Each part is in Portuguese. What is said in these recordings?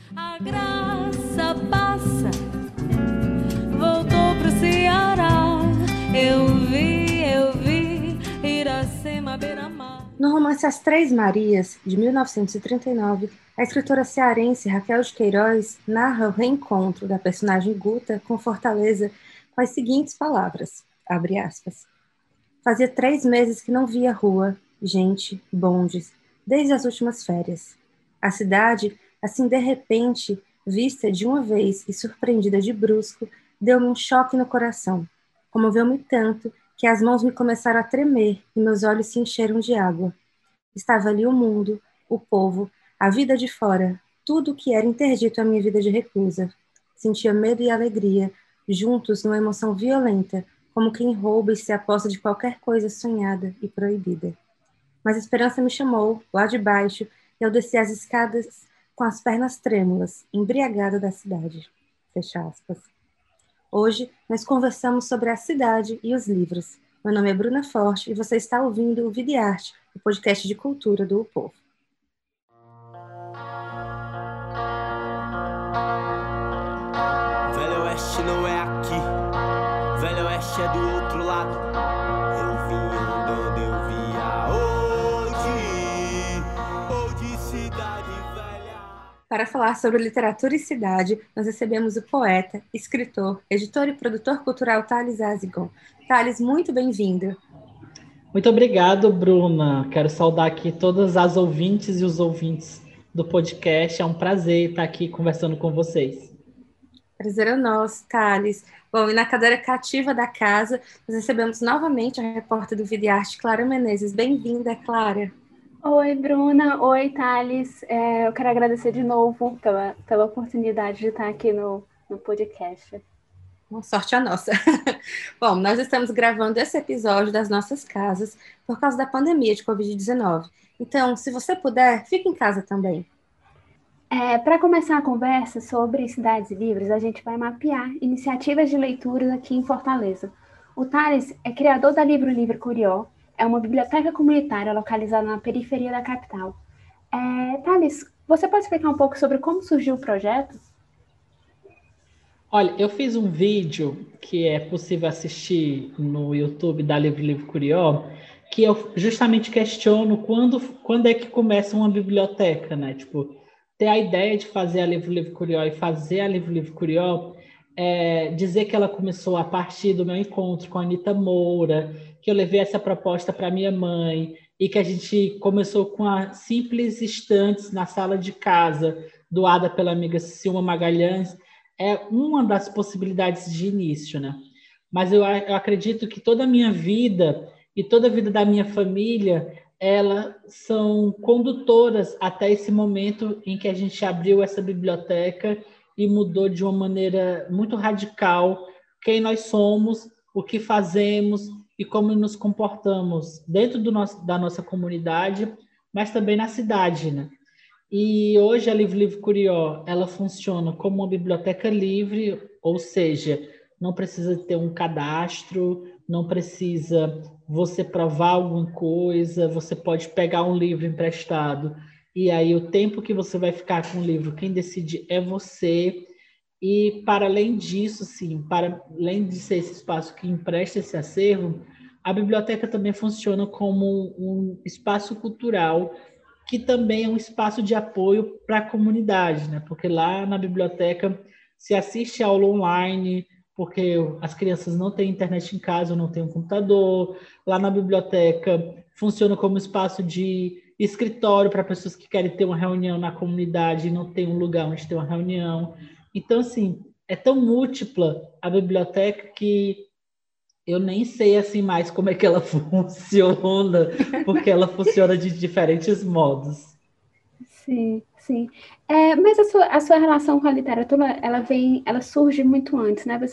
A graça passa, voltou pro Ceará. Eu vi, Iracema, beira-mar. No romance As Três Marias, de 1939, a escritora cearense Raquel de Queiroz narra o reencontro da personagem Guta com Fortaleza com as seguintes palavras, abre aspas. Fazia 3 meses que não via rua, gente, bondes, desde as últimas férias. A cidade, assim de repente, vista de uma vez e surpreendida de brusco, deu-me um choque no coração. Comoveu-me tanto que as mãos me começaram a tremer e meus olhos se encheram de água. Estava ali o mundo, o povo, a vida de fora, tudo o que era interdito à minha vida de reclusa. Sentia medo e alegria, juntos numa emoção violenta, como quem rouba e se aposta de qualquer coisa sonhada e proibida. Mas a esperança me chamou, lá de baixo, e eu desci as escadas com as pernas trêmulas, embriagada da cidade. Fecha aspas. Hoje, nós conversamos sobre a cidade e os livros. Meu nome é Bruna Forte e você está ouvindo o Vida e Arte, o podcast de cultura do O Povo. Velho Oeste não é aqui, Velho Oeste é do outro lado. Eu vim andando, eu via hoje cidade velha. Para falar sobre literatura e cidade, nós recebemos o poeta, escritor, editor e produtor cultural Thales Azigon. Thales, muito bem-vindo. Muito obrigado, Bruna. Quero saudar aqui todas as ouvintes e os ouvintes do podcast. É um prazer estar aqui conversando com vocês. Prazer é nosso, Thales. Bom, e na cadeira cativa da casa, nós recebemos novamente a repórter do Vida e Arte, Clara Menezes. Bem-vinda, Clara. Oi, Bruna. Oi, Thales. Eu quero agradecer de novo pela oportunidade de estar aqui no podcast. Uma sorte a nossa. Bom, nós estamos gravando esse episódio das nossas casas por causa da pandemia de Covid-19. Então, se você puder, fique em casa também. Para começar a conversa sobre cidades livres, a gente vai mapear iniciativas de leitura aqui em Fortaleza. O Thales é criador da Livro Livre Curió, é uma biblioteca comunitária localizada na periferia da capital. Thales, você pode explicar um pouco sobre como surgiu o projeto? Olha, eu fiz um vídeo que é possível assistir no YouTube da Livro Livre Curió, que eu justamente questiono quando é que começa uma biblioteca, né? Tipo, ter a ideia de fazer a Livro Livre Curió e fazer a Livro Livre Curió, dizer que ela começou a partir do meu encontro com a Anita Moura, que eu levei essa proposta para minha mãe e que a gente começou com a simples estantes na sala de casa, doada pela amiga Silma Magalhães, é uma das possibilidades de início, né? Mas eu acredito que toda a minha vida e toda a vida da minha família, elas são condutoras até esse momento em que a gente abriu essa biblioteca e mudou de uma maneira muito radical quem nós somos, o que fazemos e como nos comportamos dentro da nossa comunidade, mas também na cidade, né? E hoje a Livro Livre Curió, ela funciona como uma biblioteca livre, ou seja, não precisa ter um cadastro, não precisa você provar alguma coisa, você pode pegar um livro emprestado, e aí o tempo que você vai ficar com o livro, quem decide é você. E para além disso, sim, para além de ser esse espaço que empresta esse acervo, a biblioteca também funciona como um espaço cultural que também é um espaço de apoio para a comunidade, né? Porque lá na biblioteca se assiste aula online, porque as crianças não têm internet em casa, não têm um computador. Lá na biblioteca funciona como espaço de escritório para pessoas que querem ter uma reunião na comunidade e não tem um lugar onde ter uma reunião. Então, assim, é tão múltipla a biblioteca que eu nem sei assim mais como é que ela funciona, porque ela funciona de diferentes modos. Sim, sim. Mas a sua relação com a literatura, ela surge muito antes, né?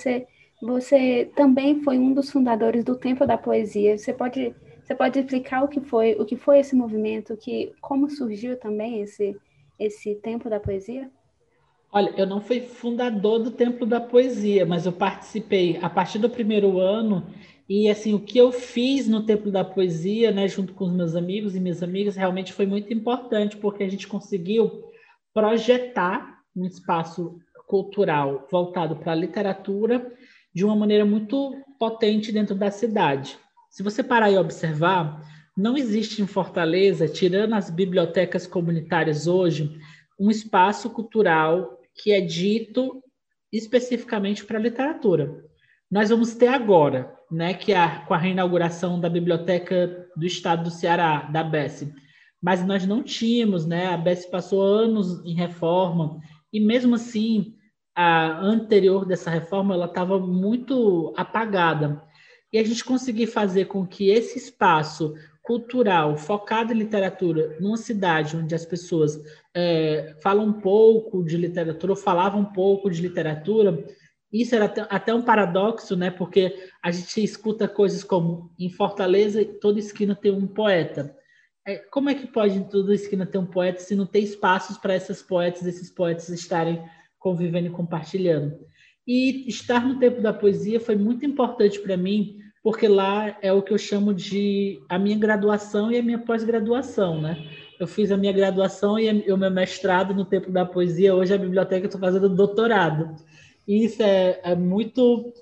Você também foi um dos fundadores do Templo da Poesia. Você pode explicar o que foi esse movimento, como surgiu também esse Templo da Poesia? Olha, eu não fui fundador do Templo da Poesia, mas eu participei a partir do primeiro ano e assim o que eu fiz no Templo da Poesia, né, junto com os meus amigos e minhas amigas, realmente foi muito importante porque a gente conseguiu projetar um espaço cultural voltado para a literatura de uma maneira muito potente dentro da cidade. Se você parar e observar, não existe em Fortaleza, tirando as bibliotecas comunitárias hoje, um espaço cultural que é dito especificamente para a literatura. Nós vamos ter agora, né, com a reinauguração da Biblioteca do Estado do Ceará, da BESE, mas nós não tínhamos, né, a BESE passou anos em reforma, e mesmo assim, a anterior dessa reforma, ela estava muito apagada. E a gente conseguir fazer com que esse espaço cultural focado em literatura, numa cidade onde as pessoas falam um pouco de literatura, ou falavam um pouco de literatura, isso era até um paradoxo, né? Porque a gente escuta coisas como, em Fortaleza, toda esquina tem um poeta. Como é que pode em toda esquina ter um poeta se não tem espaços para esses poetas estarem convivendo e compartilhando? E estar no Tempo da Poesia foi muito importante para mim, porque lá é o que eu chamo de a minha graduação e a minha pós-graduação, né? Eu fiz a minha graduação e o meu mestrado no Tempo da Poesia. Hoje a biblioteca eu estou fazendo doutorado. E isso é muito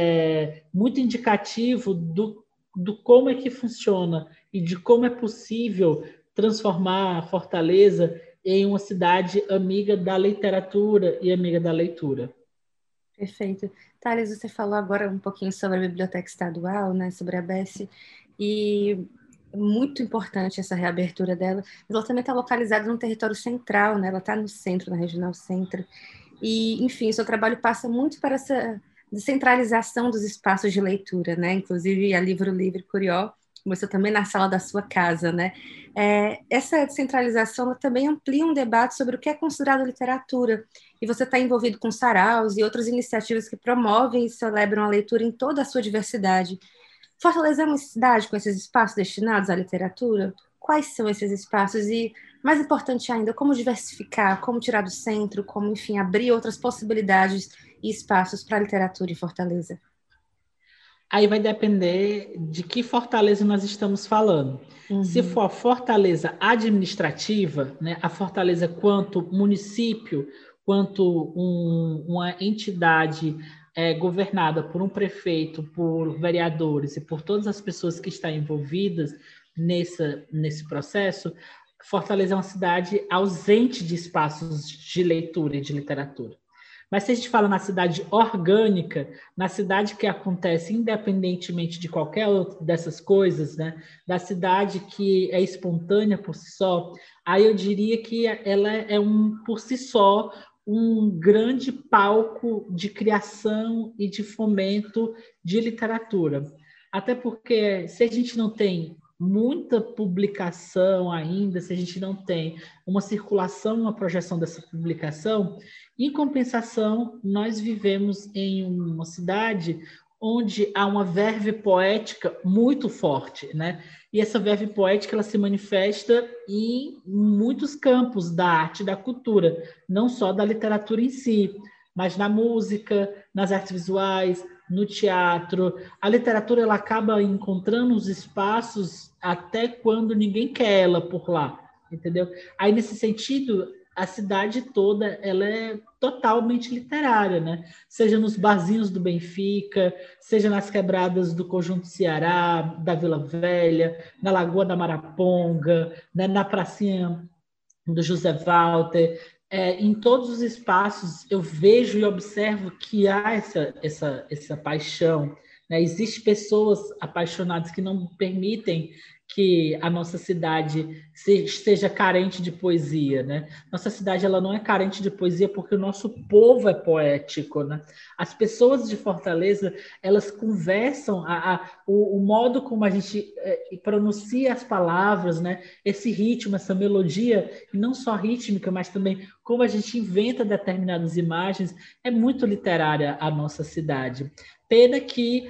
indicativo do como é que funciona e de como é possível transformar Fortaleza em uma cidade amiga da literatura e amiga da leitura. Perfeito. Thales, você falou agora um pouquinho sobre a Biblioteca Estadual, né, sobre a BESE, e é muito importante essa reabertura dela. Ela também está localizada no território central, né, ela está no centro, na Regional Centro, e, enfim, seu trabalho passa muito para essa descentralização dos espaços de leitura, né, inclusive a Livro Livre Curió começou também na sala da sua casa, né? Essa descentralização também amplia um debate sobre o que é considerado literatura, e você está envolvido com saraus e outras iniciativas que promovem e celebram a leitura em toda a sua diversidade. Fortaleza é uma cidade com esses espaços destinados à literatura? Quais são esses espaços? E, mais importante ainda, como diversificar, como tirar do centro, como, enfim, abrir outras possibilidades e espaços para a literatura em Fortaleza? Aí vai depender de que Fortaleza nós estamos falando. Uhum. Se for a Fortaleza administrativa, né, a Fortaleza quanto município, quanto uma entidade governada por um prefeito, por vereadores e por todas as pessoas que estão envolvidas nesse processo, Fortaleza é uma cidade ausente de espaços de leitura e de literatura. Mas se a gente fala na cidade orgânica, na cidade que acontece independentemente de qualquer outra dessas coisas, né, da cidade que é espontânea por si só, aí eu diria que ela é por si só um grande palco de criação e de fomento de literatura. Até porque se a gente não tem muita publicação ainda, se a gente não tem uma circulação, uma projeção dessa publicação, em compensação, nós vivemos em uma cidade onde há uma verve poética muito forte, né? E essa verve poética ela se manifesta em muitos campos da arte e da cultura, não só da literatura em si, mas na música, nas artes visuais, no teatro. A literatura ela acaba encontrando os espaços até quando ninguém quer ela por lá, entendeu? Aí, nesse sentido, a cidade toda ela é totalmente literária, né? Seja nos barzinhos do Benfica, seja nas quebradas do Conjunto Ceará, da Vila Velha, na Lagoa da Maraponga, né? Na pracinha do José Walter. Em todos os espaços eu vejo e observo que há essa paixão, né? Existem pessoas apaixonadas que não permitem que a nossa cidade seja carente de poesia, né? Nossa cidade ela não é carente de poesia porque o nosso povo é poético, né? As pessoas de Fortaleza, elas conversam, o modo como a gente pronuncia as palavras, né? Esse ritmo, essa melodia, e não só rítmica, mas também como a gente inventa determinadas imagens, é muito literária a nossa cidade. Pena que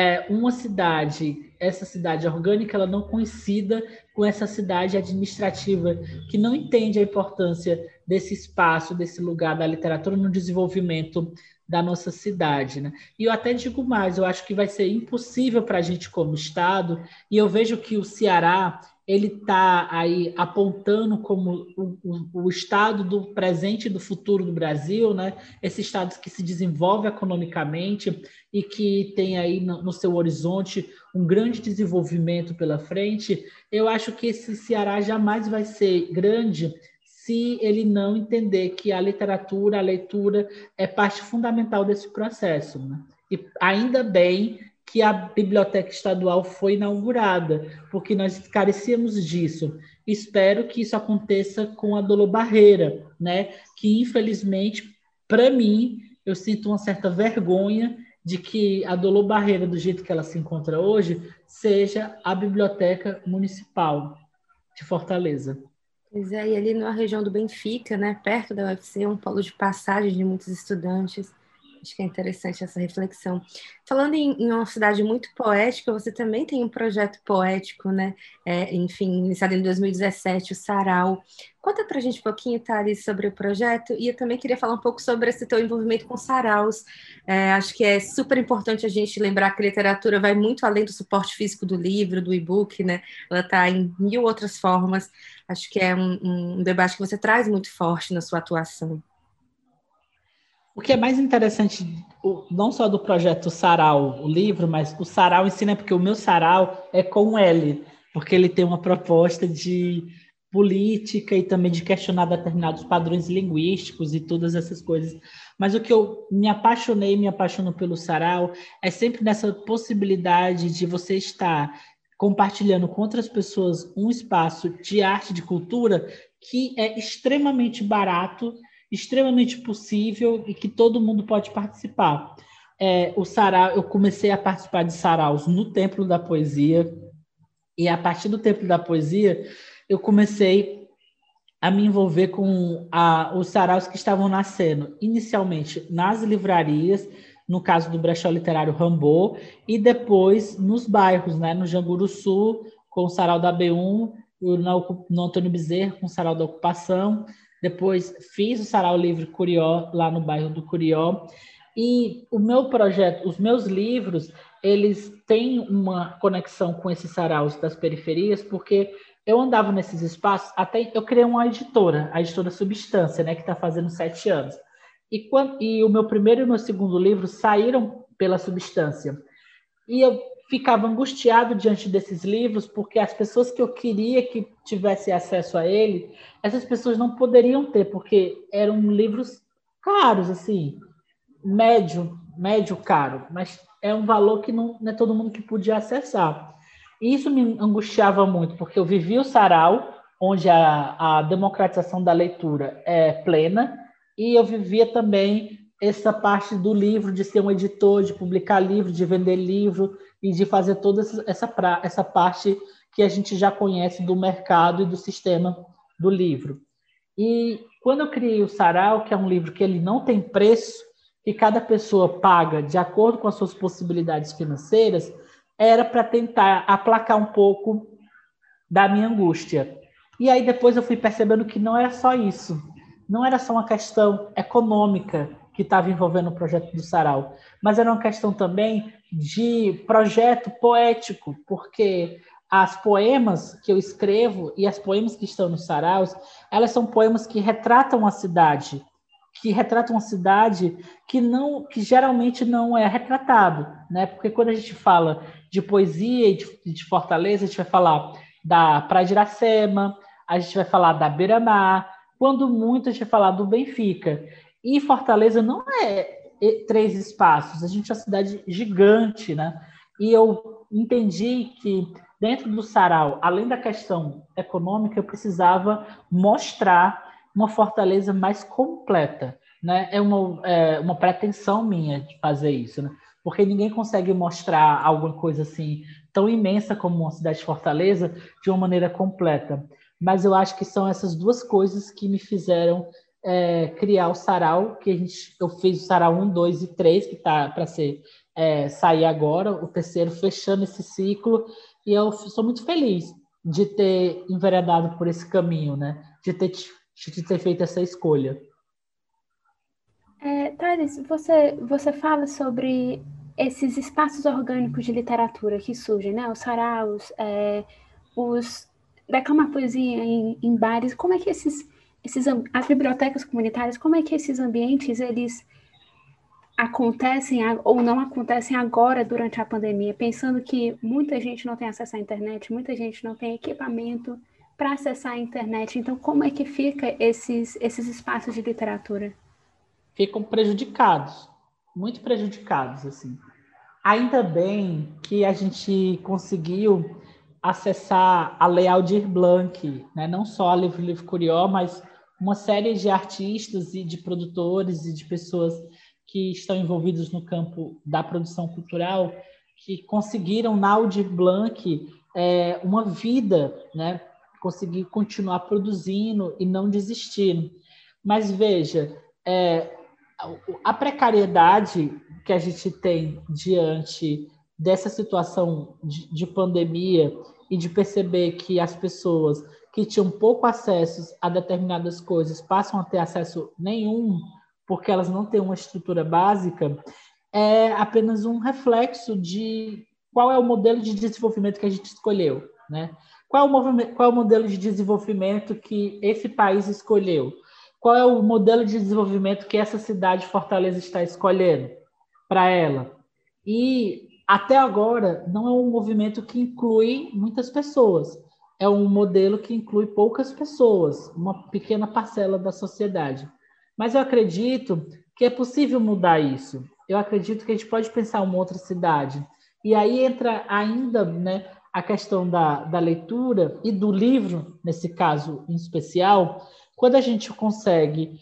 essa cidade orgânica, ela não coincida com essa cidade administrativa, que não entende a importância desse espaço, desse lugar da literatura no desenvolvimento da nossa cidade, né? E eu até digo mais, eu acho que vai ser impossível para a gente como Estado, e eu vejo que o Ceará ele está aí apontando como o estado do presente e do futuro do Brasil, né? Esse estado que se desenvolve economicamente e que tem aí no seu horizonte um grande desenvolvimento pela frente. Eu acho que esse Ceará jamais vai ser grande se ele não entender que a literatura, a leitura é parte fundamental desse processo, né? E ainda bem que a Biblioteca Estadual foi inaugurada, porque nós carecíamos disso. Espero que isso aconteça com a Dolo Barreira, né? Que, infelizmente, para mim, eu sinto uma certa vergonha de que a Dolo Barreira, do jeito que ela se encontra hoje, seja a Biblioteca Municipal de Fortaleza. Pois é, e ali na região do Benfica, né, perto da UFC, um polo de passagem de muitos estudantes. Acho que é interessante essa reflexão. Falando em uma cidade muito poética, você também tem um projeto poético, né? Enfim, iniciado em 2017, o Sarau. Conta pra gente um pouquinho, Thales, sobre o projeto. E eu também queria falar um pouco sobre esse teu envolvimento com saraus. Acho que é super importante a gente lembrar que a literatura vai muito além do suporte físico do livro, do e-book, né? Ela está em mil outras formas. Acho que é um debate que você traz muito forte na sua atuação. O que é mais interessante, não só do projeto Sarau, o livro, mas o Sarau em si, né? Porque o meu Sarau é com L, porque ele tem uma proposta de política e também de questionar determinados padrões linguísticos e todas essas coisas. Mas o que eu me apaixono pelo Sarau, é sempre nessa possibilidade de você estar compartilhando com outras pessoas um espaço de arte, de cultura, que é extremamente barato, extremamente possível e que todo mundo pode participar. O sarau, eu comecei a participar de saraus no Templo da Poesia, e a partir do Templo da Poesia eu comecei a me envolver com os saraus que estavam nascendo inicialmente nas livrarias, no caso do Brechó Literário Rambo, e depois nos bairros, né, no Janguru Sul, com o sarau da B1, no Antônio Bezerra, com o sarau da Ocupação. Depois fiz o Sarau Livre Curió, lá no bairro do Curió. E o meu projeto, os meus livros, eles têm uma conexão com esses saraus das periferias, porque eu andava nesses espaços, até eu criei uma editora, a editora Substância, né, que está fazendo 7 anos. E o meu primeiro e o meu segundo livro saíram pela Substância. E eu ficava angustiado diante desses livros, porque as pessoas que eu queria que tivessem acesso a ele, essas pessoas não poderiam ter, porque eram livros caros, assim, médio caro, mas é um valor que não é todo mundo que podia acessar. E isso me angustiava muito, porque eu vivia o sarau, onde a democratização da leitura é plena, e eu vivia também essa parte do livro, de ser um editor, de publicar livro, de vender livro e de fazer toda essa parte que a gente já conhece do mercado e do sistema do livro. E quando eu criei o Sarau, que é um livro que ele não tem preço, que cada pessoa paga de acordo com as suas possibilidades financeiras, era para tentar aplacar um pouco da minha angústia. E aí depois eu fui percebendo que não era só isso, não era só uma questão econômica que estava envolvendo o projeto do Sarau, mas era uma questão também de projeto poético, porque as poemas que eu escrevo e as poemas que estão nos saraus, elas são poemas que retratam a cidade, que geralmente não é retratado, né? Porque quando a gente fala de poesia e de Fortaleza, a gente vai falar da Praia de Iracema, a gente vai falar da Beira-Mar, quando muito a gente vai falar do Benfica. E Fortaleza não é 3 espaços, a gente é uma cidade gigante, né? E eu entendi que dentro do sarau, além da questão econômica, eu precisava mostrar uma Fortaleza mais completa, né? É uma pretensão minha de fazer isso, né? Porque ninguém consegue mostrar alguma coisa assim tão imensa como uma cidade de Fortaleza de uma maneira completa. Mas eu acho que são essas duas coisas que me fizeram criar o sarau, que eu fiz o sarau 1, 2 e 3, que está para sair agora, o terceiro fechando esse ciclo, e eu sou muito feliz de ter enveredado por esse caminho, né? De ter feito essa escolha. Thales, você fala sobre esses espaços orgânicos de literatura que surgem, né? Os saraus, declamar poesia em bares, como é que as bibliotecas comunitárias, como é que esses ambientes, eles acontecem ou não acontecem agora durante a pandemia, pensando que muita gente não tem acesso à internet, muita gente não tem equipamento para acessar a internet. Então, como é que fica esses espaços de literatura? Ficam prejudicados, muito prejudicados, assim. Ainda bem que a gente conseguiu acessar a Lei Aldir Blanc, né? Não só a Livro Livre Curió, mas uma série de artistas e de produtores e de pessoas que estão envolvidos no campo da produção cultural, que conseguiram, na Aldir Blanc, uma vida, né? Conseguir continuar produzindo e não desistindo. Mas, veja, a precariedade que a gente tem diante dessa situação de pandemia e de perceber que as pessoas que tinham pouco acesso a determinadas coisas passam a ter acesso nenhum, porque elas não têm uma estrutura básica, é apenas um reflexo de qual é o modelo de desenvolvimento que a gente escolheu, né? Qual é o modelo de desenvolvimento que esse país escolheu? Qual é o modelo de desenvolvimento que essa cidade, Fortaleza, está escolhendo para ela? E, até agora, não é um movimento que inclui muitas pessoas. É um modelo que inclui poucas pessoas, uma pequena parcela da sociedade. Mas eu acredito que é possível mudar isso. Eu acredito que a gente pode pensar uma outra cidade. E aí entra ainda, né, a questão da leitura e do livro, nesse caso em especial, quando a gente consegue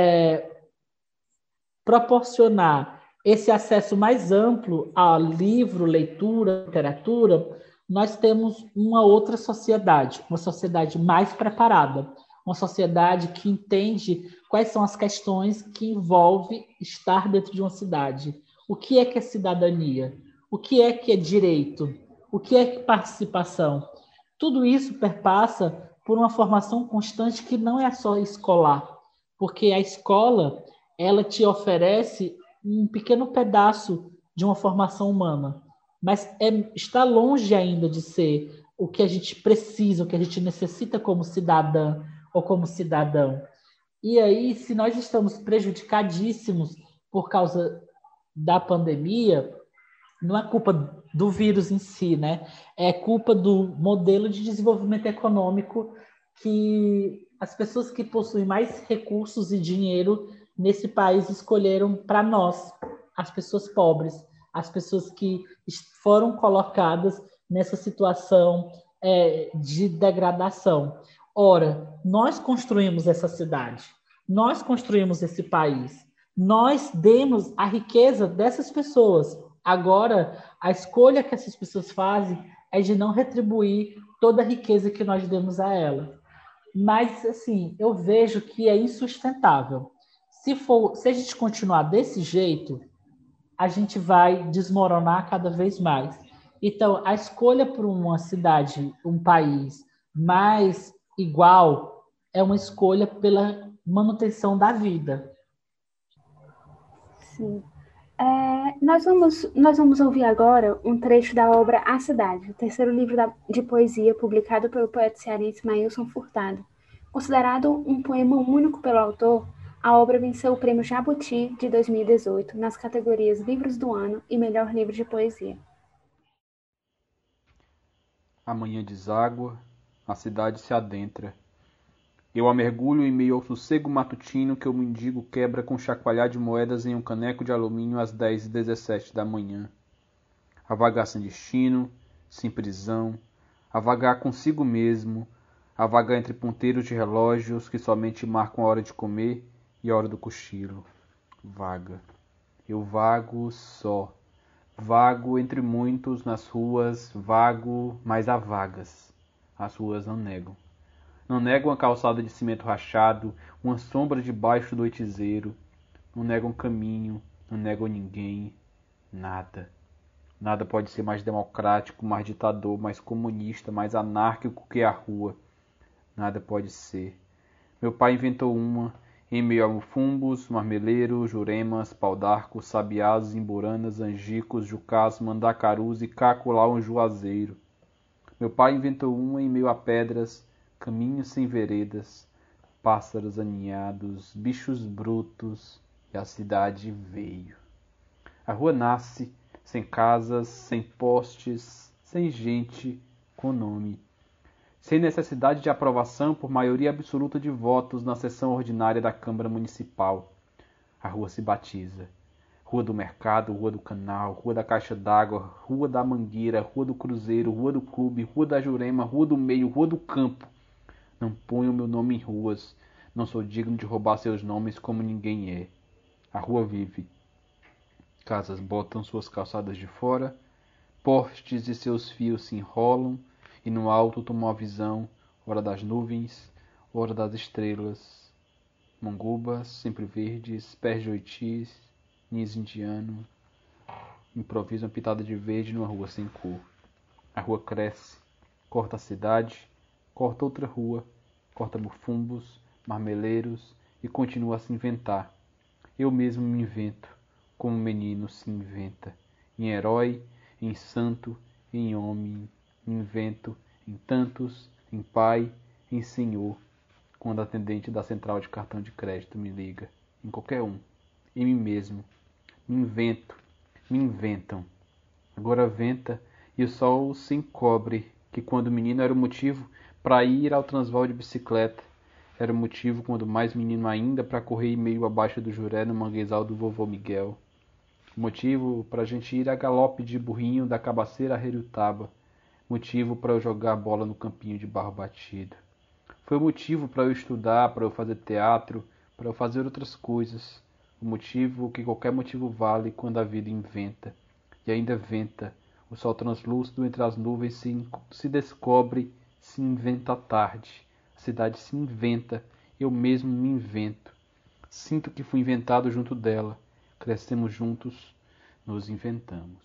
proporcionar esse acesso mais amplo a livro, leitura, literatura, nós temos uma outra sociedade, uma sociedade mais preparada, uma sociedade que entende quais são as questões que envolvem estar dentro de uma cidade. O que é cidadania? O que é direito? O que é participação? Tudo isso perpassa por uma formação constante que não é só escolar, porque a escola, ela te oferece um pequeno pedaço de uma formação humana, mas está longe ainda de ser o que a gente precisa, o que a gente necessita como cidadã ou como cidadão. E aí, se nós estamos prejudicadíssimos por causa da pandemia, não é culpa do vírus em si, né? É culpa do modelo de desenvolvimento econômico que as pessoas que possuem mais recursos e dinheiro nesse país escolheram para nós, as pessoas pobres, as pessoas que foram colocadas nessa situação de degradação. Ora, nós construímos essa cidade, nós construímos esse país, nós demos a riqueza dessas pessoas. Agora, a escolha que essas pessoas fazem é de não retribuir toda a riqueza que nós demos a ela. Mas, assim, eu vejo que é insustentável. Se a gente continuar desse jeito, a gente vai desmoronar cada vez mais. Então, a escolha por uma cidade, um país mais igual, é uma escolha pela manutenção da vida. Sim. Nós vamos ouvir agora um trecho da obra A Cidade, o terceiro livro de poesia publicado pelo poeta cearense Maílson Furtado. Considerado um poema único pelo autor, a obra venceu o Prêmio Jabuti de 2018 nas categorias Livros do Ano e Melhor Livro de Poesia. A manhã deságua, a cidade se adentra. Eu a mergulho em meio ao sossego matutino que o mendigo quebra com chacoalhar de moedas em um caneco de alumínio às 10h17 da manhã. A vagar sem destino, sem prisão, a vagar consigo mesmo, a vagar entre ponteiros de relógios que somente marcam a hora de comer e a hora do cochilo. Vaga. Eu vago só. Vago entre muitos nas ruas, vago, mas há vagas. As ruas não negam. Não negam a calçada de cimento rachado, uma sombra debaixo do oitizeiro. Não negam caminho, não negam ninguém, nada. Nada pode ser mais democrático, mais ditador, mais comunista, mais anárquico que a rua. Nada pode ser. Meu pai inventou uma, em meio a mufumbos, marmeleiros, juremas, pau-d'arco, sabiás, imburanas, angicos, jucás, mandacarus e caculau um juazeiro. Meu pai inventou uma em meio a pedras, caminhos sem veredas, pássaros aninhados, bichos brutos, e a cidade veio. A rua nasce, sem casas, sem postes, sem gente, com nome. Sem necessidade de aprovação por maioria absoluta de votos na sessão ordinária da Câmara Municipal. A rua se batiza. Rua do Mercado, Rua do Canal, Rua da Caixa d'Água, Rua da Mangueira, Rua do Cruzeiro, Rua do Clube, Rua da Jurema, Rua do Meio, Rua do Campo. Não ponho meu nome em ruas, não sou digno de roubar seus nomes como ninguém é. A rua vive. Casas botam suas calçadas de fora, postes e seus fios se enrolam, e no alto tomam a visão, hora das nuvens, hora das estrelas. Mongubas, sempre verdes, pés de oitis, nis indiano, improvisam pitada de verde numa rua sem cor. A rua cresce, corta a cidade, corta outra rua, corta bufumbos, marmeleiros e continua a se inventar. Eu mesmo me invento, como o menino se inventa, em herói, em santo, em homem, me invento em tantos, em pai, em senhor, quando a atendente da central de cartão de crédito me liga, em qualquer um, em mim mesmo, me invento, me inventam. Agora venta e o sol se encobre, que quando menino era o motivo para ir ao Transvaal de bicicleta, era o motivo quando mais menino ainda para correr meio abaixo do Juré no manguezal do vovô Miguel. Motivo para a gente ir a galope de burrinho da Cabaceira a Reriutaba. Motivo para eu jogar bola no campinho de barro batido. Foi o motivo para eu estudar, para eu fazer teatro, para eu fazer outras coisas. O motivo que qualquer motivo vale quando a vida inventa. E ainda venta. O sol translúcido entre as nuvens se descobre, se inventa à tarde. A cidade se inventa, eu mesmo me invento. Sinto que fui inventado junto dela. Crescemos juntos, nos inventamos.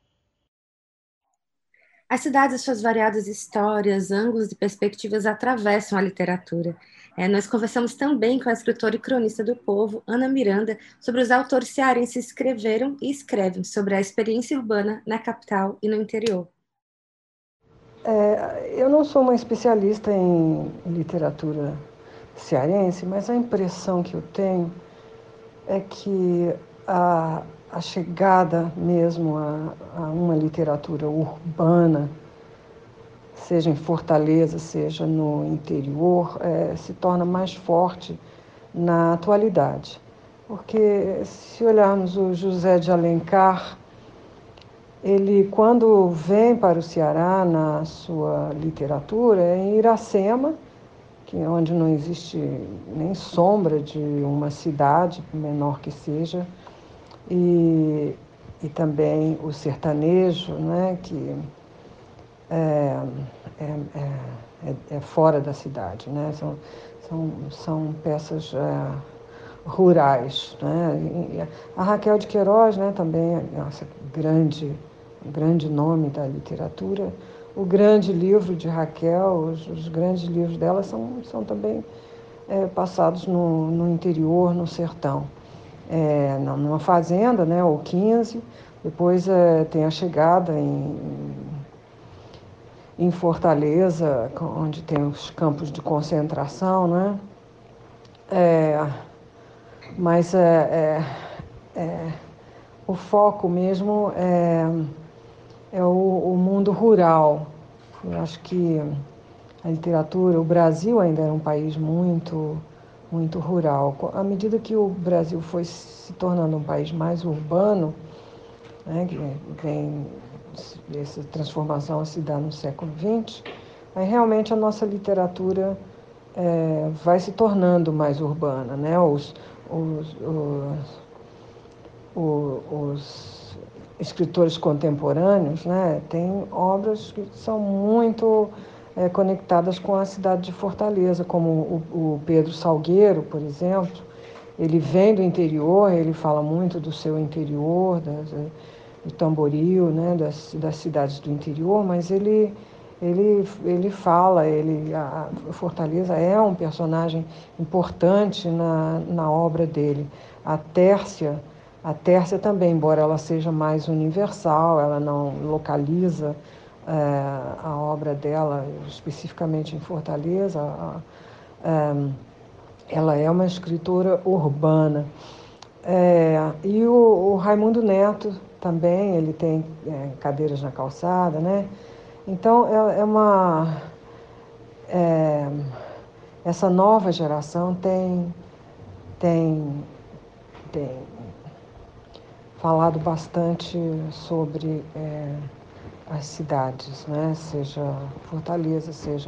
As cidades e suas variadas histórias, ângulos e perspectivas atravessam a literatura. Nós conversamos também com a escritora e cronista do Povo, Ana Miranda, sobre os autores cearenses que escreveram e escrevem sobre a experiência urbana na capital e no interior. Eu não sou uma especialista em literatura cearense, mas a impressão que eu tenho é que a chegada mesmo a uma literatura urbana, seja em Fortaleza, seja no interior, se torna mais forte na atualidade. Porque se olharmos o José de Alencar, ele, quando vem para o Ceará na sua literatura, é em Iracema, onde não existe nem sombra de uma cidade, menor que seja, e também o sertanejo, né, que é fora da cidade, né? São peças rurais, né? A Raquel de Queiroz, né, também nossa grande nome da literatura. O grande livro de Raquel, os grandes livros dela são também passados no interior, no sertão. Numa fazenda, né, ou 15, depois tem a chegada em Fortaleza, onde tem os campos de concentração, né? Mas o foco mesmo é o mundo rural. Eu acho que a literatura, o Brasil ainda era um país muito, muito rural. À medida que o Brasil foi se tornando um país mais urbano, né, que vem essa transformação se dá no século XX, aí realmente a nossa literatura vai se tornando mais urbana, né? Os escritores contemporâneos, né, têm obras que são muito conectadas com a cidade de Fortaleza, como o Pedro Salgueiro, por exemplo. Ele vem do interior, ele fala muito do seu interior, do Tamboril, né, das cidades do interior, mas ele fala, a Fortaleza é um personagem importante na obra dele. A Tércia também, embora ela seja mais universal, ela não localiza a obra dela, especificamente em Fortaleza. Ela é uma escritora urbana. E o Raimundo Neto também, ele tem Cadeiras na Calçada, né? Então, essa nova geração tem falado bastante sobre as cidades, né? Seja Fortaleza, seja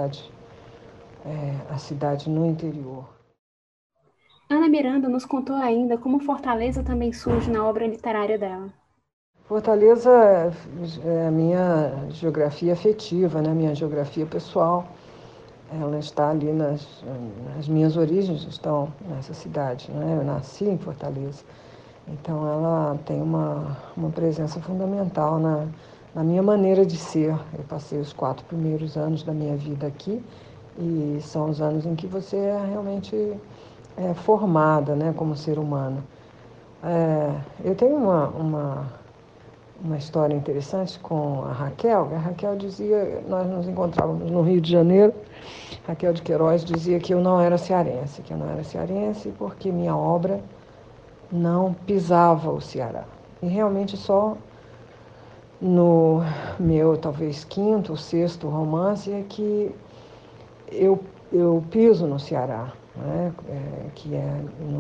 a cidade no interior. Ana Miranda nos contou ainda como Fortaleza também surge na obra literária dela. Fortaleza é a minha geografia afetiva, né? Minha geografia pessoal. Ela está ali as minhas origens estão nessa cidade, né? Eu nasci em Fortaleza. Então ela tem uma presença fundamental na minha maneira de ser. Eu passei os 4 primeiros anos da minha vida aqui e são os anos em que você é realmente formada, né, como ser humano. Eu tenho uma história interessante com a Raquel. A Raquel dizia, nós nos encontrávamos no Rio de Janeiro, Raquel de Queiroz dizia que eu não era cearense, porque minha obra não pisava o Ceará. E realmente só no meu, talvez, 5º ou 6º romance é que eu piso no Ceará, né? Que é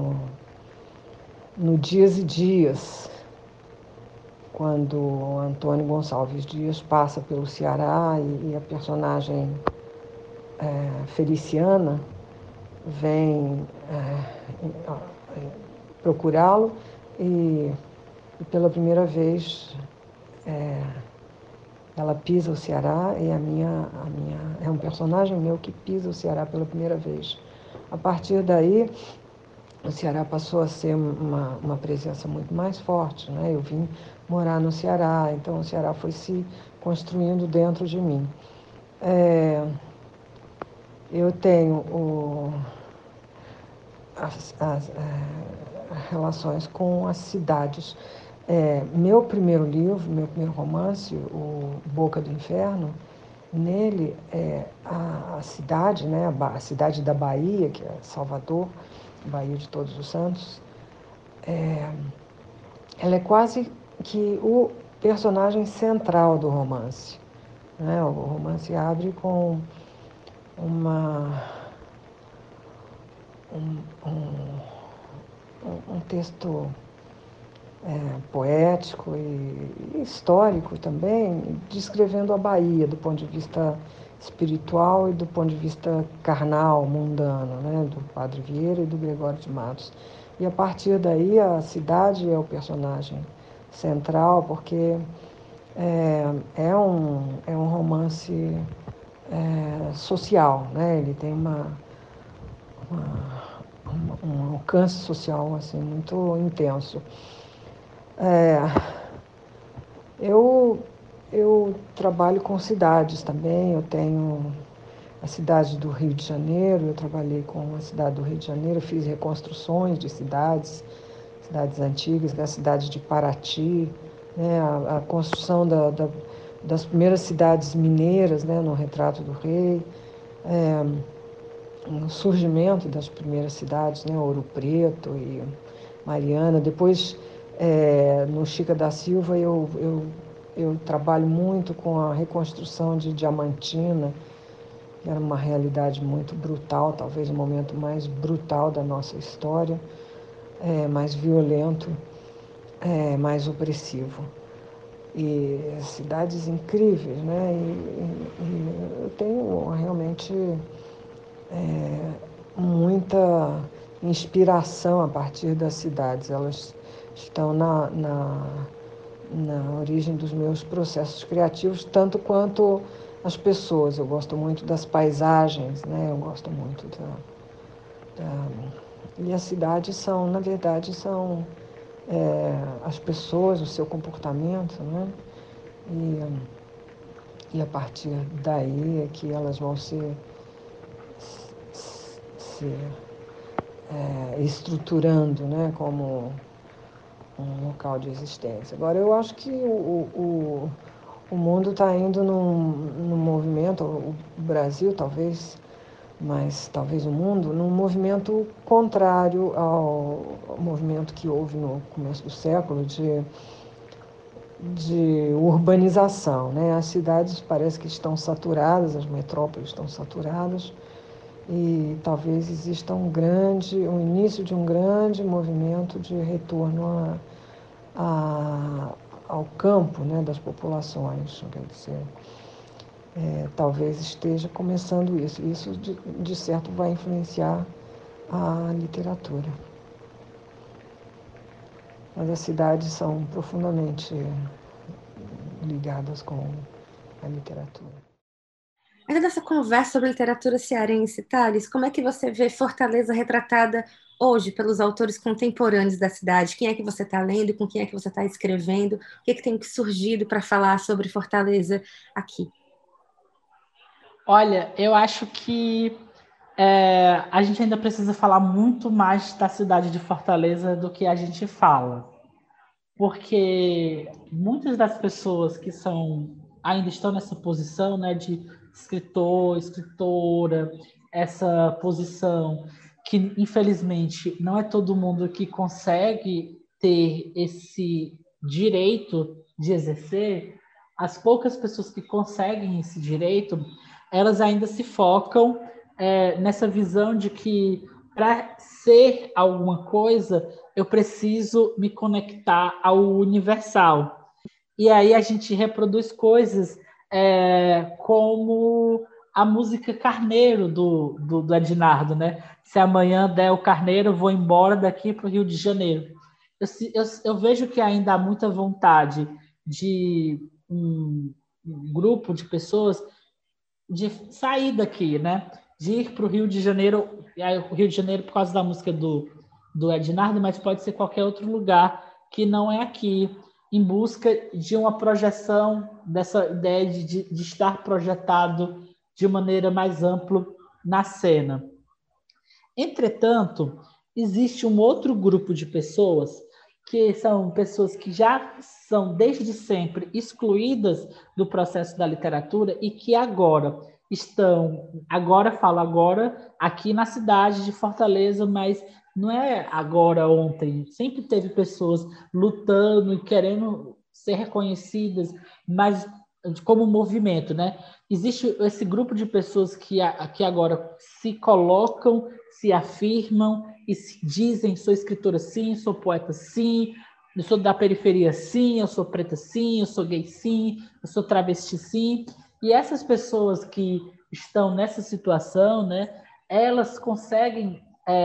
no Dias e Dias, quando o Antônio Gonçalves Dias passa pelo Ceará e a personagem Feliciana vem procurá-lo e pela primeira vez ela pisa o Ceará e é um personagem meu que pisa o Ceará pela primeira vez. A partir daí, o Ceará passou a ser uma presença muito mais forte, né? Eu vim morar no Ceará, então o Ceará foi se construindo dentro de mim. Eu tenho as relações com as cidades. Meu primeiro livro, meu primeiro romance, o Boca do Inferno, nele a cidade, né, a cidade da Bahia, que é Salvador, Bahia de Todos os Santos, ela é quase que o personagem central do romance, né? O romance abre com um texto poético e histórico também, descrevendo a Bahia do ponto de vista espiritual e do ponto de vista carnal, mundano, né? Do Padre Vieira e do Gregório de Matos. E a partir daí a cidade é o personagem central, porque é um romance social, né? Ele tem um alcance social assim, muito intenso. Eu trabalho com cidades também, eu tenho a cidade do Rio de Janeiro, eu trabalhei com a cidade do Rio de Janeiro, fiz reconstruções de cidades antigas, a cidade de Paraty, né, a construção das primeiras cidades mineiras, né, no Retrato do Rei, o surgimento das primeiras cidades, né, Ouro Preto e Mariana. Depois, no Chica da Silva, eu trabalho muito com a reconstrução de Diamantina, que era uma realidade muito brutal, talvez o momento mais brutal da nossa história, mais violento, mais opressivo. E cidades incríveis, né? E eu tenho realmente muita inspiração a partir das cidades. Elas estão na origem dos meus processos criativos, tanto quanto as pessoas. Eu gosto muito das paisagens, né? Eu gosto muito E as cidades são, na verdade, as pessoas, o seu comportamento, né? E a partir daí é que elas vão se estruturando, né, como um local de existência. Agora, eu acho que o o mundo está indo num movimento, o Brasil talvez, mas talvez o mundo, num movimento contrário ao movimento que houve no começo do século de urbanização, né? As cidades parece que estão saturadas, as metrópoles estão saturadas, e talvez exista o início de um grande movimento de retorno ao campo, né, das populações. Quer dizer, talvez esteja começando isso. Isso, de certo, vai influenciar a literatura. Mas as cidades são profundamente ligadas com a literatura. Ainda nessa conversa sobre literatura cearense, Thales, como é que você vê Fortaleza retratada hoje pelos autores contemporâneos da cidade? Quem é que você está lendo? Com quem é que você está escrevendo? O que é que tem surgido para falar sobre Fortaleza aqui? Olha, eu acho que a gente ainda precisa falar muito mais da cidade de Fortaleza do que a gente fala. Porque muitas das pessoas que ainda estão nessa posição, né, de escritor, escritora, essa posição que, infelizmente, não é todo mundo que consegue ter esse direito de exercer. As poucas pessoas que conseguem esse direito, elas ainda se focam nessa visão de que, para ser alguma coisa, eu preciso me conectar ao universal. E aí a gente reproduz coisas como a música Carneiro do Ednardo, né? Se amanhã der o Carneiro, eu vou embora daqui para o Rio de Janeiro. Eu vejo que ainda há muita vontade de um grupo de pessoas de sair daqui, né? De ir para o Rio de Janeiro, e aí o Rio de Janeiro por causa da música do Ednardo, mas pode ser qualquer outro lugar que não é aqui, em busca de uma projeção dessa ideia de estar projetado de maneira mais ampla na cena. Entretanto, existe um outro grupo de pessoas que são pessoas que já são desde sempre excluídas do processo da literatura e que agora aqui na cidade de Fortaleza, mas não é agora, ontem. Sempre teve pessoas lutando e querendo ser reconhecidas, mas como movimento, né? Existe esse grupo de pessoas que agora se colocam, se afirmam e se dizem: sou escritora sim, sou poeta sim, eu sou da periferia sim, eu sou preta sim, eu sou gay sim, eu sou travesti sim. E essas pessoas que estão nessa situação, né, elas conseguem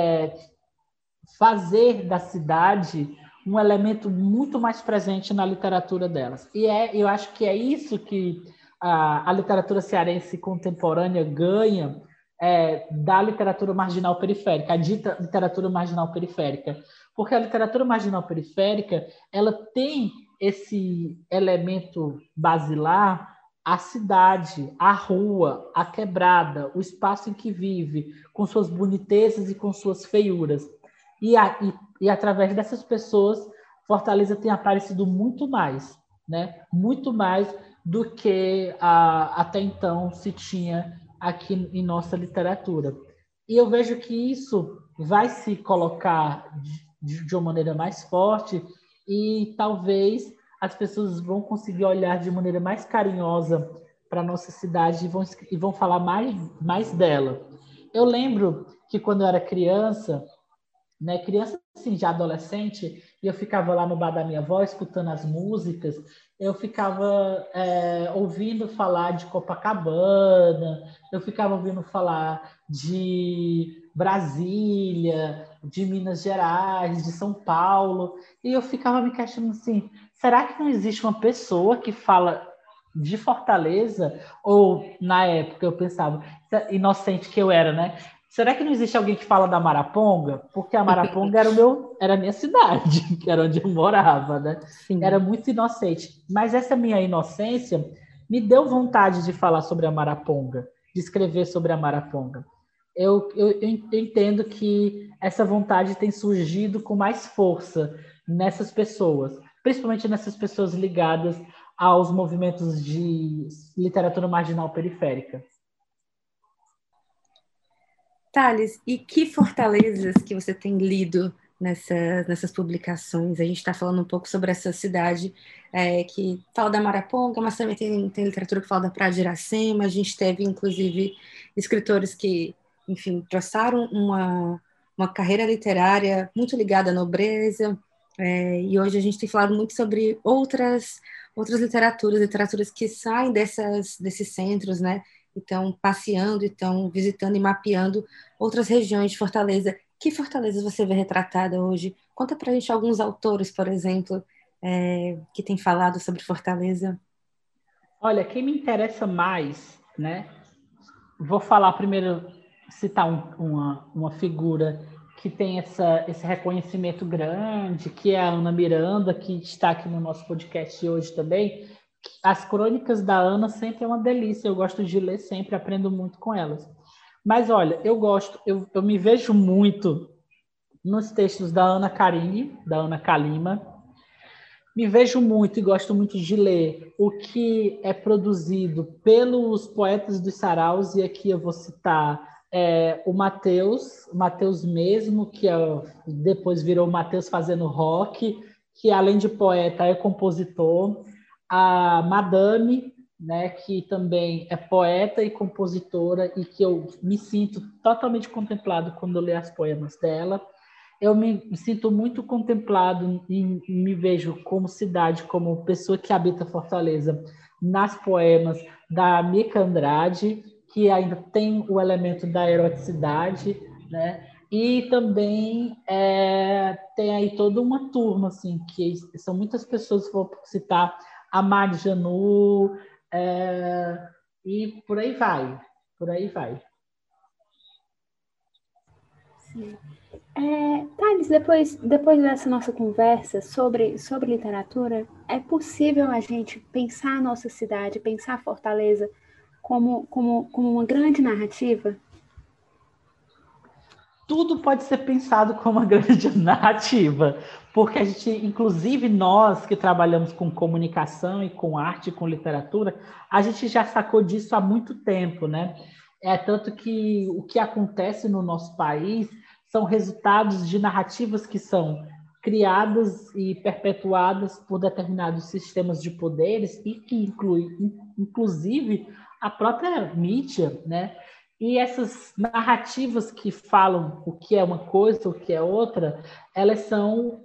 fazer da cidade um elemento muito mais presente na literatura delas. E eu acho que é isso que a literatura cearense contemporânea ganha da literatura marginal periférica, a dita literatura marginal periférica. Porque a literatura marginal periférica, ela tem esse elemento basilar, a cidade, a rua, a quebrada, o espaço em que vive, com suas bonitezas e com suas feiuras. E através dessas pessoas, Fortaleza tem aparecido muito mais, né? Muito mais do que até então se tinha aqui em nossa literatura. E eu vejo que isso vai se colocar de uma maneira mais forte e talvez as pessoas vão conseguir olhar de maneira mais carinhosa para a nossa cidade e vão falar mais dela. Eu lembro que quando eu era criança, né, criança assim, já adolescente, e eu ficava lá no bar da minha avó escutando as músicas, eu ficava ouvindo falar de Copacabana, eu ficava ouvindo falar de Brasília, de Minas Gerais, de São Paulo, e eu ficava me questionando assim, será que não existe uma pessoa que fala de Fortaleza? Ou, na época, eu pensava, inocente que eu era, né? Será que não existe alguém que fala da Maraponga? Porque a Maraponga era a minha cidade, que era onde eu morava, né? Sim. Era muito inocente. Mas essa minha inocência me deu vontade de falar sobre a Maraponga, de escrever sobre a Maraponga. Eu entendo que essa vontade tem surgido com mais força nessas pessoas, principalmente nessas pessoas ligadas aos movimentos de literatura marginal periférica. Thales, e que fortalezas que você tem lido nessas publicações? A gente está falando um pouco sobre essa cidade que fala da Maraponga, mas também tem literatura que fala da Praia de Iracema. A gente teve, inclusive, escritores que, enfim, traçaram uma carreira literária muito ligada à nobreza, e hoje a gente tem falado muito sobre outras literaturas que saem desses centros, né? Estão passeando, estão visitando e mapeando outras regiões de Fortaleza. Que Fortaleza você vê retratada hoje? Conta para a gente alguns autores, por exemplo, que têm falado sobre Fortaleza. Olha, quem me interessa mais, né? Vou falar primeiro, citar uma figura que tem esse reconhecimento grande, que é a Ana Miranda, que está aqui no nosso podcast hoje também. As crônicas da Ana sempre é uma delícia, eu gosto de ler sempre, aprendo muito com elas. Mas olha, eu me vejo muito nos textos da Ana Karenina, da Ana Kalima. Me vejo muito e gosto muito de ler o que é produzido pelos poetas dos saraus, e aqui eu vou citar o Mateus mesmo, que depois virou o Mateus fazendo rock, que além de poeta é compositor. A Madame, né, que também é poeta e compositora, e que eu me sinto totalmente contemplado quando eu leio as poemas dela. Eu me sinto muito contemplado e me vejo como cidade, como pessoa que habita Fortaleza, nas poemas da Mica Andrade, que ainda tem o elemento da eroticidade, né? E também tem aí toda uma turma, assim, que são muitas pessoas, vou citar a Mari Janu, e por aí vai. Sim. Thales, depois dessa nossa conversa sobre literatura, é possível a gente pensar a nossa cidade, pensar a Fortaleza como uma grande narrativa? Tudo pode ser pensado como uma grande narrativa, porque a gente, inclusive nós que trabalhamos com comunicação e com arte, com literatura, a gente já sacou disso há muito tempo, né? Tanto que o que acontece no nosso país são resultados de narrativas que são criadas e perpetuadas por determinados sistemas de poderes e que inclui, inclusive, a própria mídia, né? E essas narrativas que falam o que é uma coisa, o que é outra, elas são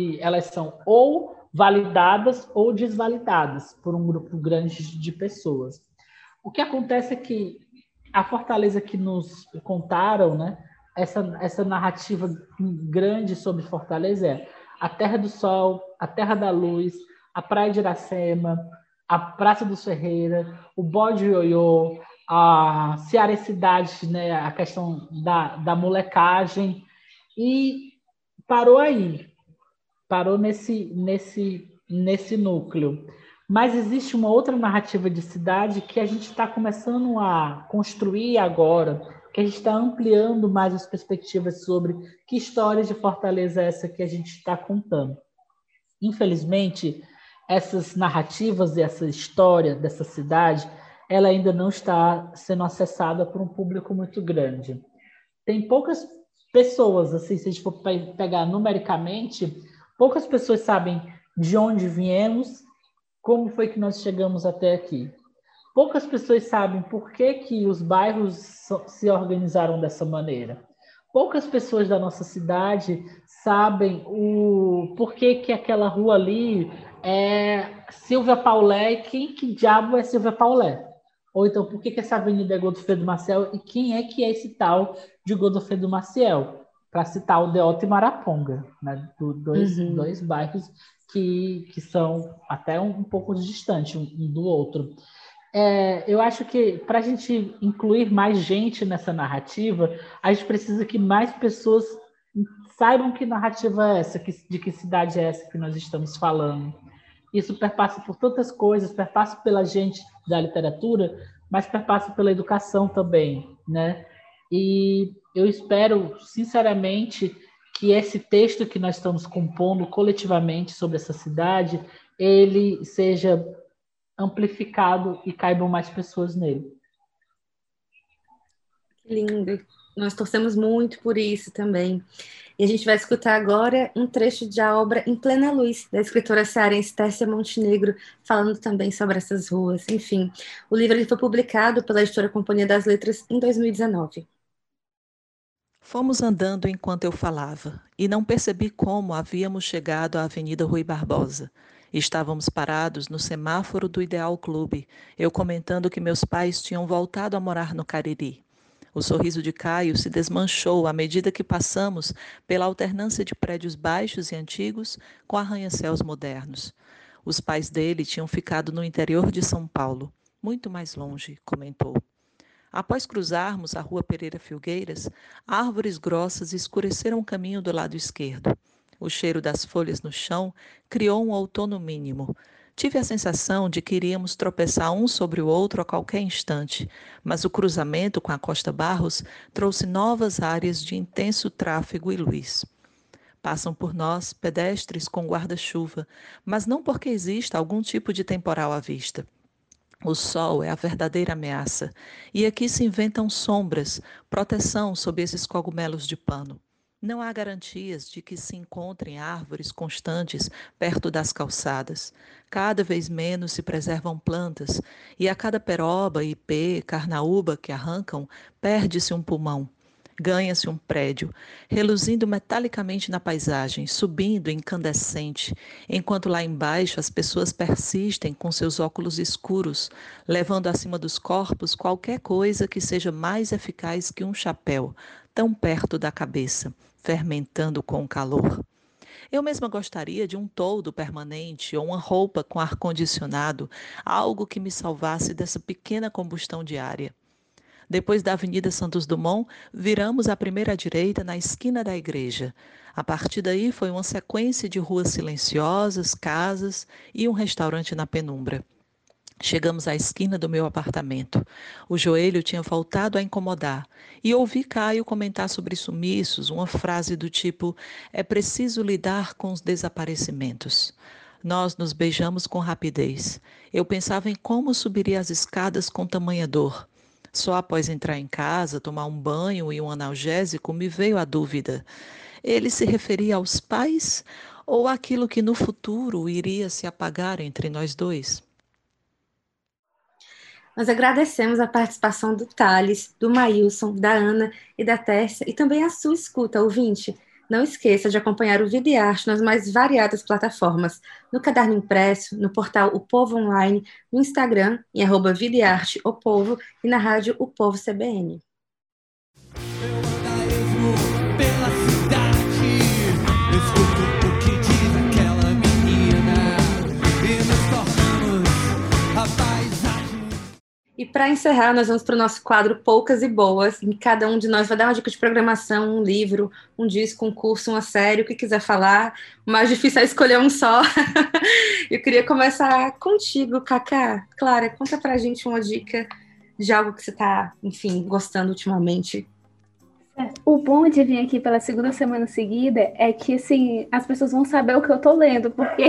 ou validadas ou desvalidadas por um grupo grande de pessoas. O que acontece é que a Fortaleza que nos contaram, né, essa narrativa grande sobre Fortaleza é a Terra do Sol, a Terra da Luz, a Praia de Iracema, a Praça dos Ferreira, o Bode Ioiô, a cearensidade, né, a questão da molecagem, e parou aí, parou nesse núcleo. Mas existe uma outra narrativa de cidade que a gente está começando a construir agora, que a gente está ampliando mais as perspectivas sobre que história de Fortaleza é essa que a gente está contando. Infelizmente, essas narrativas e essa história dessa cidade, ela ainda não está sendo acessada por um público muito grande. Tem poucas pessoas, assim, se a gente for pegar numericamente, poucas pessoas sabem de onde viemos, como foi que nós chegamos até aqui. Poucas pessoas sabem por que os bairros se organizaram dessa maneira. Poucas pessoas da nossa cidade sabem o porquê que aquela rua ali é Silvia Paulé e quem que diabo é Silvia Paulé. Ou então, por que essa avenida é Godofredo Maciel e quem é que é esse tal de Godofredo Maciel? Para citar o Deota e Maraponga, né? Dois bairros que são até um pouco distantes um do outro. Eu acho que para a gente incluir mais gente nessa narrativa, a gente precisa que mais pessoas saibam que narrativa é essa, de que cidade é essa que nós estamos falando. Isso perpassa por tantas coisas, perpassa pela gente da literatura, mas perpassa pela educação também, né? E eu espero, sinceramente, que esse texto que nós estamos compondo coletivamente sobre essa cidade, ele seja amplificado e caibam mais pessoas nele. Que lindo. Nós torcemos muito por isso também. E a gente vai escutar agora um trecho da obra Em Plena Luz, da escritora cearense Tércia Montenegro, falando também sobre essas ruas. Enfim, o livro ele foi publicado pela editora Companhia das Letras em 2019. Fomos andando enquanto eu falava, e não percebi como havíamos chegado à Avenida Rui Barbosa. Estávamos parados no semáforo do Ideal Clube, eu comentando que meus pais tinham voltado a morar no Cariri. O sorriso de Caio se desmanchou à medida que passamos pela alternância de prédios baixos e antigos com arranha-céus modernos. Os pais dele tinham ficado no interior de São Paulo, muito mais longe, comentou. Após cruzarmos a rua Pereira Filgueiras, árvores grossas escureceram o caminho do lado esquerdo. O cheiro das folhas no chão criou um outono mínimo. Tive a sensação de que iríamos tropeçar um sobre o outro a qualquer instante, mas o cruzamento com a Costa Barros trouxe novas áreas de intenso tráfego e luz. Passam por nós pedestres com guarda-chuva, mas não porque exista algum tipo de temporal à vista. O sol é a verdadeira ameaça, e aqui se inventam sombras, proteção sob esses cogumelos de pano. Não há garantias de que se encontrem árvores constantes perto das calçadas. Cada vez menos se preservam plantas, e a cada peroba, ipê, carnaúba que arrancam, perde-se um pulmão. Ganha-se um prédio, reluzindo metalicamente na paisagem, subindo incandescente, enquanto lá embaixo as pessoas persistem com seus óculos escuros, levando acima dos corpos qualquer coisa que seja mais eficaz que um chapéu, tão perto da cabeça, fermentando com o calor. Eu mesma gostaria de um toldo permanente ou uma roupa com ar-condicionado, algo que me salvasse dessa pequena combustão diária. Depois da Avenida Santos Dumont, viramos à primeira direita na esquina da igreja. A partir daí foi uma sequência de ruas silenciosas, casas e um restaurante na penumbra. Chegamos à esquina do meu apartamento. O joelho tinha voltado a incomodar e ouvi Caio comentar sobre sumiços, uma frase do tipo: é preciso lidar com os desaparecimentos. Nós nos beijamos com rapidez. Eu pensava em como subiria as escadas com tamanha dor. Só após entrar em casa, tomar um banho e um analgésico, me veio a dúvida. Ele se referia aos pais ou àquilo que no futuro iria se apagar entre nós dois? Nós agradecemos a participação do Thales, do Maílson, da Ana e da Tércia e também a sua escuta, ouvinte. Não esqueça de acompanhar o Vida e Arte nas mais variadas plataformas, no Caderno Impresso, no portal O Povo Online, no Instagram, em @Vida e Arte O Povo e na rádio O Povo CBN. Eu ando a esmo pela cidade, escuto o que diz aquela menina e nos tornamos a paisagem. E para encerrar, nós vamos para o nosso quadro Poucas e Boas, em que cada um de nós vai dar uma dica de programação, um livro, um disco, um curso, uma série, o que quiser falar. O mais difícil é escolher um só. Eu queria começar contigo, Cacá. Clara, conta pra gente uma dica de algo que você está, enfim, gostando ultimamente. O bom de vir aqui pela segunda semana seguida é que, assim, as pessoas vão saber o que eu tô lendo, porque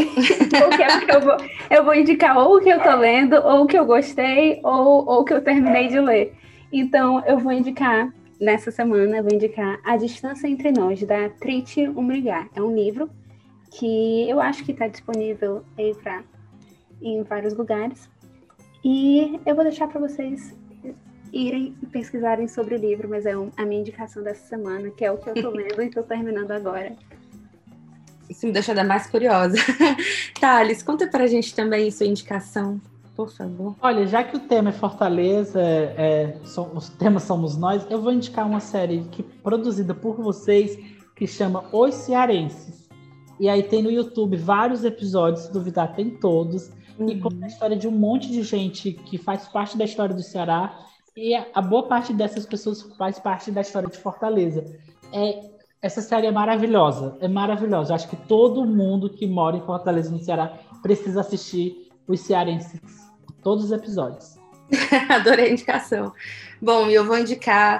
eu vou indicar ou o que eu tô lendo, ou o que eu gostei, ou o que eu terminei de ler. Então, eu vou indicar, nessa semana, A Distância Entre Nós, da Triti Umbrigar. É um livro que eu acho que está disponível aí em vários lugares. E eu vou deixar para vocês irem e pesquisarem sobre o livro, mas é a minha indicação dessa semana, que é o que eu tô lendo e tô terminando agora. Isso me deixa ainda mais curiosa. Thales, conta pra gente também sua indicação, por favor. Olha, já que o tema é Fortaleza, os temas somos nós, eu vou indicar uma série produzida por vocês, que chama Os Cearenses. E aí tem no YouTube vários episódios, se duvidar tem todos, e conta a história de um monte de gente que faz parte da história do Ceará, e a boa parte dessas pessoas faz parte da história de Fortaleza. Essa série é maravilhosa. Acho que todo mundo que mora em Fortaleza, no Ceará, precisa assistir Os Cearenses. Todos os episódios. Adorei a indicação. Bom, eu vou indicar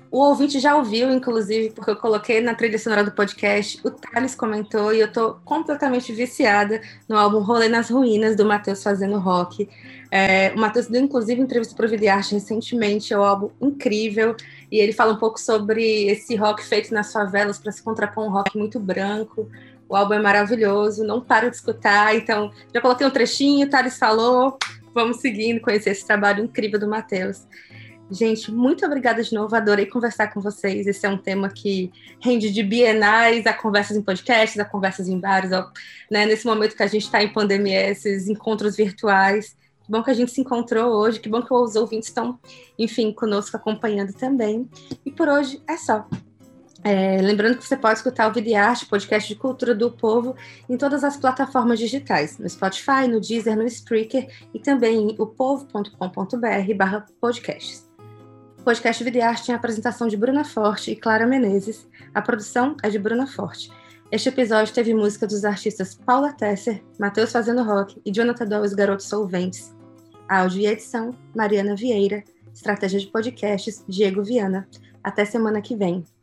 O ouvinte já ouviu, inclusive, porque eu coloquei na trilha sonora do podcast, o Thales comentou, e eu tô completamente viciada no álbum Rolê nas Ruínas, do Matheus Fazendo Rock. O Matheus deu, inclusive, entrevista para o Videarte recentemente, é um álbum incrível, e ele fala um pouco sobre esse rock feito nas favelas para se contrapor um rock muito branco. O álbum é maravilhoso, não paro de escutar, então já coloquei um trechinho, o Thales falou, vamos seguindo, conhecer esse trabalho incrível do Matheus. Gente, muito obrigada de novo, adorei conversar com vocês. Esse é um tema que rende de bienais a conversas em podcasts, a conversas em bares, né? Nesse momento que a gente está em pandemia, esses encontros virtuais. Que bom que a gente se encontrou hoje, que bom que os ouvintes estão, enfim, conosco acompanhando também. E por hoje é só. Lembrando que você pode escutar o Videarte, podcast de cultura do povo, em todas as plataformas digitais, no Spotify, no Deezer, no Spreaker e também em opovo.com.br/podcasts. O podcast Videarte tem a apresentação de Bruna Forte e Clara Menezes. A produção é de Bruna Forte. Este episódio teve música dos artistas Paula Tesser, Matheus Fazendo Rock e Jonathan Doe, os Garotos Solventes. Áudio e edição, Mariana Vieira. Estratégia de podcasts, Diego Viana. Até semana que vem.